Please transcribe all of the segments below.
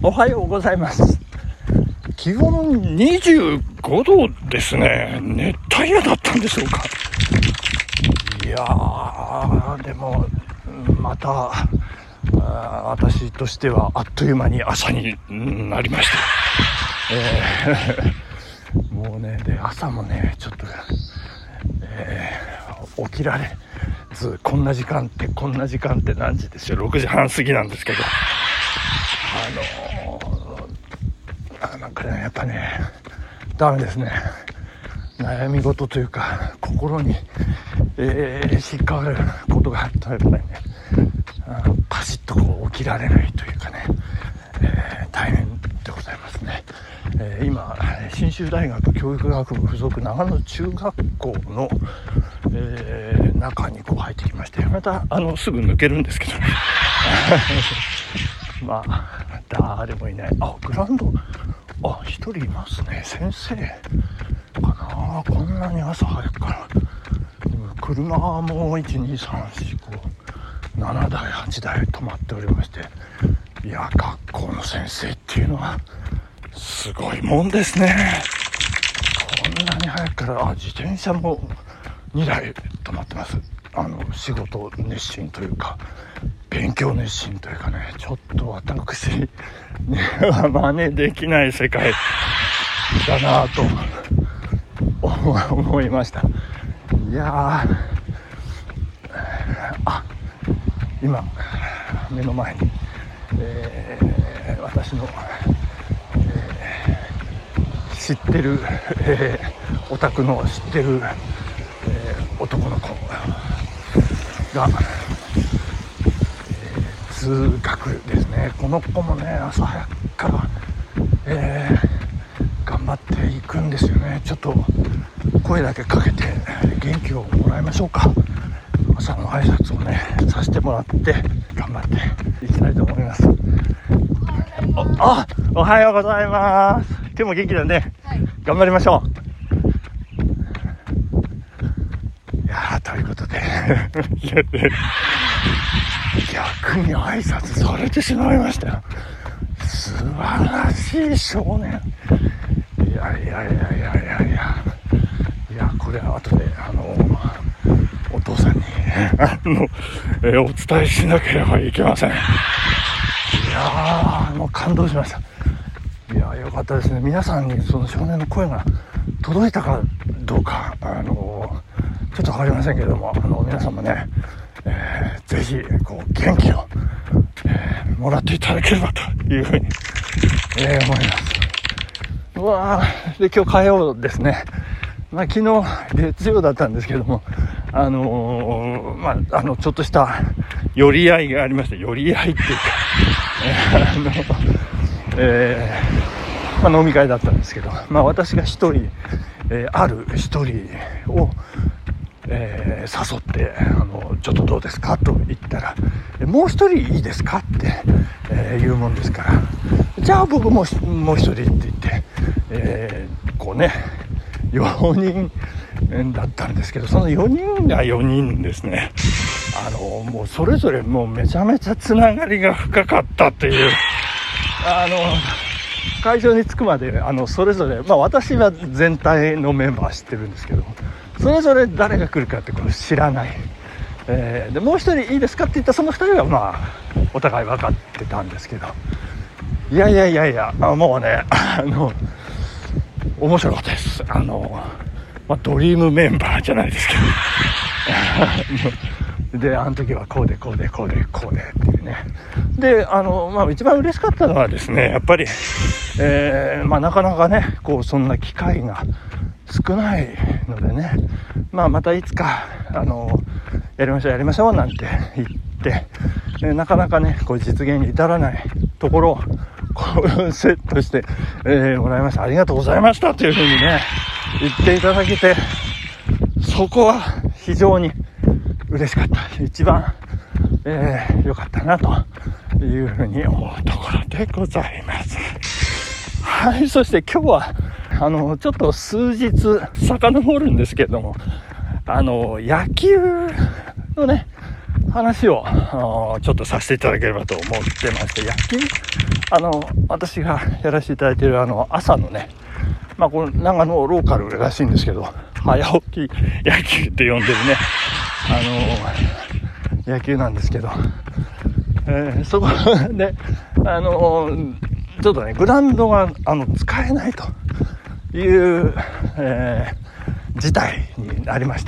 おはようございます。気温25度ですね。熱帯夜だったんでしょうか。いやー、でもまた私としてはあっという間に朝になりました。もうね、で朝もねちょっと、起きられず、こんな時間って何時ですよ。6時半過ぎなんですけど、なんかね、やっぱねダメですね。悩み事というか心に、引っかかることがあったらやっぱりね、パシッとこう起きられないというかね、大変でございますね。今信州大学教育学部附属長野中学校の、中にこう入ってきまして、またすぐ抜けるんですけどねまあ誰もいない。グラウンド一人いますね。先生かな。こんなに朝早くから車も12345 7台8台止まっておりまして、いや学校の先生っていうのはすごいもんですね。こんなに早くから自転車も2台止まってます。仕事熱心というか勉強熱心というかね、ちょっと私には真似できない世界だなと思いました。いや今目の前に、私の、知ってる、お宅の知ってる、男の子が、通学ですね。この子もね朝早くから、頑張っていくんですよね。ちょっと声だけかけて元気をもらいましょうか。朝の挨拶をねさせてもらって頑張っていきたいと思います。おはようございます。今日も元気だね、はい、頑張りましょう。いやということで逆に挨拶されてしまいましたよ。素晴らしい少年。いやこれは後でお父さんにお伝えしなければいけません。いやもう感動しました。いやよかったですね。皆さんにその少年の声が届いたかどうかちょっと分かりませんけれども、皆さんもね、ぜひこう元気を、もらっていただければというふうに、思います。うわで今日火曜ですね。昨日月曜だったんですけども、ちょっとした寄り合いがありまして、寄り合いっていうか、飲み会だったんですけど、私が一人、ある一人を、誘ってちょっとどうですかと言ったら、もう一人いいですかって、言うもんですから、じゃあ僕もう一人って言って、こうね4人だったんですけど、その4人が4人ですね。もうそれぞれもうめちゃめちゃつながりが深かったっていう、会場に着くまでそれぞれ、私は全体のメンバー知ってるんですけど、それぞれ誰が来るかってこれ知らない、でもう一人いいですかって言ったその2人はお互い分かってたんですけど、いやもうね面白かったです。ドリームメンバーじゃないですけどであの時はこうでっていうね。で一番嬉しかったのはですね、やっぱり、なかなかねこうそんな機会が少ないのでね、またいつかやりましょうなんて言って、なかなかねこう実現に至らないところをこうセットして、もらいました。ありがとうございましたというふうにね言っていただけて、そこは非常に嬉しかった。一番良かったなというふうに思うところでございます。はい、そして今日はちょっと数日遡るんですけれども、野球のね話をちょっとさせていただければと思ってまして、野球私がやらせていただいている朝のね、この長野ローカルらしいんですけど、早起き野球って呼んでるね、野球なんですけど、そこでちょっとねグラウンドが使えないという、事態になりまして、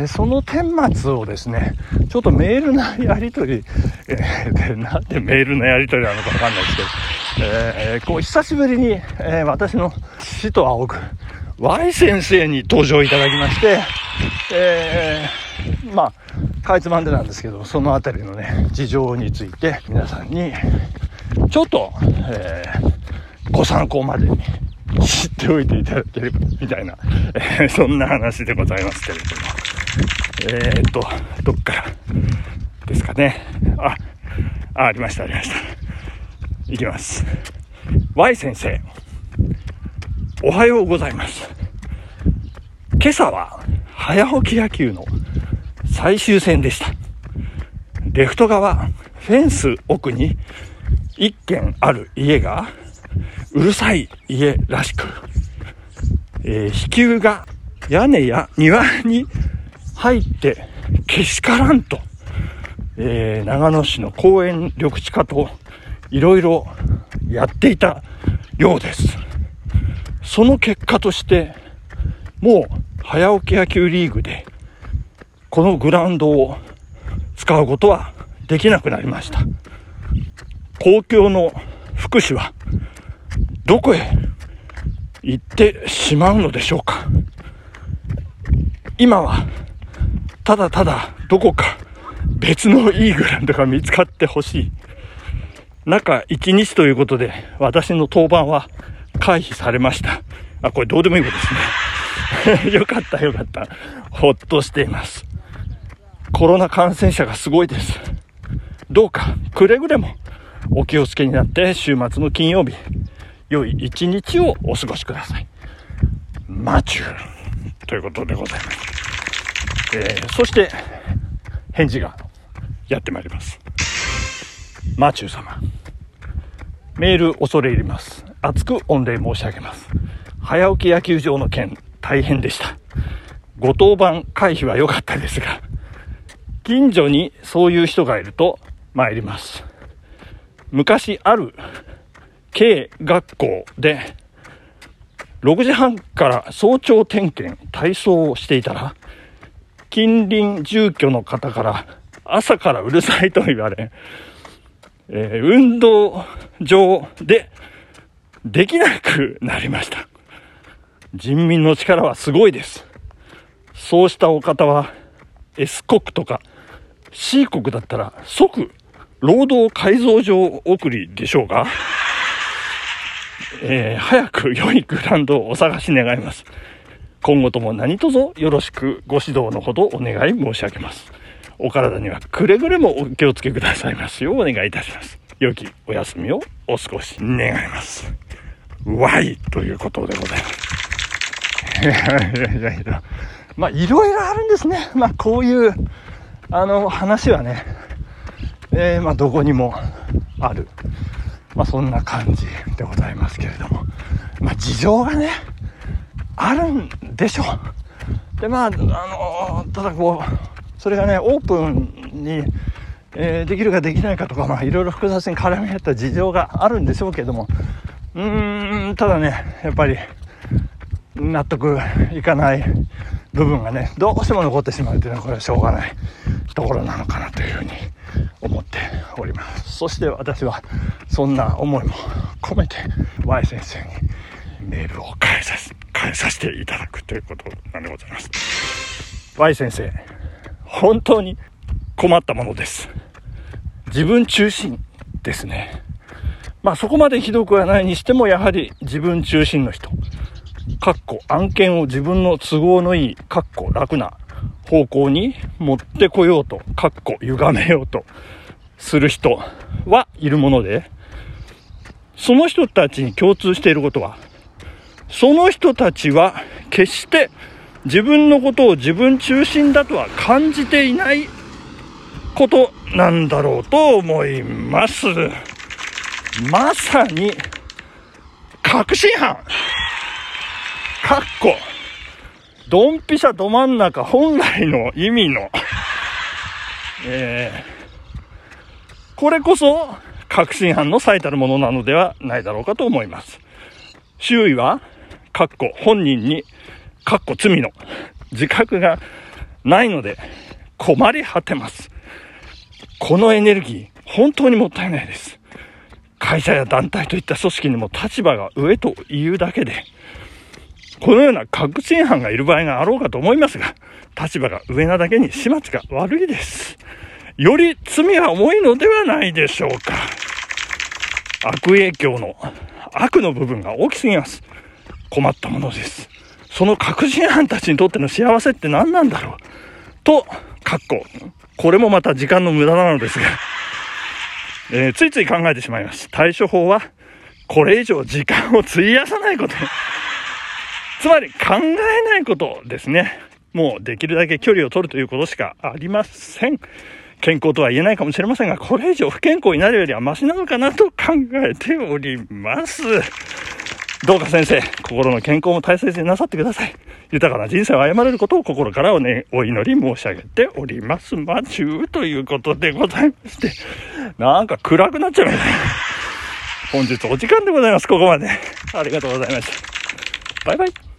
その顛末をですねちょっとメールのやり取り、なんでメールのやり取りなのか分かんないですけど、久しぶりに、私の師と仰ぐ Y 先生に登場いただきまして、かいつまんでなんですけど、そのあたりのね事情について皆さんにちょっと、ご参考までに知っておいていただければみたいな、そんな話でございますけれども、どっからですかね。ありましたいきます。 Y 先生、おはようございます。今朝は早起き野球の最終戦でした。レフト側フェンス奥に一軒ある家がうるさい家らしく、飛球が屋根や庭に入ってけしからんと、長野市の公園緑地課といろいろやっていたようです。その結果としてもう早起き野球リーグでこのグラウンドを使うことはできなくなりました。公共の福祉はどこへ行ってしまうのでしょうか。今はただただどこか別のいいグラウンドが見つかってほしい。中1日ということで私の登板は回避されました。これどうでもいいことですねよかったほっとしています。コロナ感染者がすごいです。どうかくれぐれもお気をつけになって週末の金曜日良い一日をお過ごしください。マチューということでございます。そして返事がやってまいります。マチュー様、メール恐れ入ります。厚く御礼申し上げます。早起き野球場の件大変でした。ご当番回避は良かったですが、近所にそういう人がいると参ります。昔あるK学校で6時半から早朝点検体操をしていたら、近隣住居の方から朝からうるさいと言われ、運動場でできなくなりました。人民の力はすごいです。そうしたお方は S 国とか C 国だったら即労働改造場送りでしょうが、早く良いグラウンドをお探し願います。今後とも何卒よろしくご指導のほどお願い申し上げます。お体にはくれぐれもお気をつけくださいますようお願いいたします。良きお休みをお過ごし願います。Y ということでございます。いろいろあるんですね。こういう話はね、どこにもある、そんな感じでございますけれども、事情がねあるんでしょう。でただそれがねオープンに、できるかできないかとか、いろいろ複雑に絡み合った事情があるんでしょうけども、ただねやっぱり納得いかない部分がねどうしても残ってしまうというのは、これはしょうがないところなのかなというふうに思っております。そして私はそんな思いも込めて Y 先生にメールを返させていただくということなんでございます。 Y 先生、本当に困ったものです。自分中心ですね。そこまでひどくはないにしても、やはり自分中心の人、案件を自分の都合のいい楽な方向に持ってこようと歪めようとする人はいるもので、その人たちに共通していることは、その人たちは決して自分のことを自分中心だとは感じていないことなんだろうと思います。 まさに確信犯ドンピシャど真ん中本来の意味の、これこそ確信犯の最たるものなのではないだろうかと思います。周囲は本人に罪の自覚がないので困り果てます。このエネルギー本当にもったいないです。会社や団体といった組織にも立場が上というだけでこのような確信犯がいる場合があろうかと思いますが、立場が上なだけに始末が悪いです。より罪は重いのではないでしょうか。悪影響の悪の部分が大きすぎます。困ったものです。その確信犯たちにとっての幸せって何なんだろうとこれもまた時間の無駄なのですが、ついつい考えてしまいます。対処法はこれ以上時間を費やさないことつまり考えないことですね。もうできるだけ距離を取るということしかありません。健康とは言えないかもしれませんが、これ以上不健康になるよりはマシなのかなと考えております。どうか先生、心の健康も大切になさってください。豊かな人生を歩まれることを心からお祈り申し上げております。ということでございまして、なんか暗くなっちゃいました。本日お時間でございます。ここまでありがとうございました。バイバイ。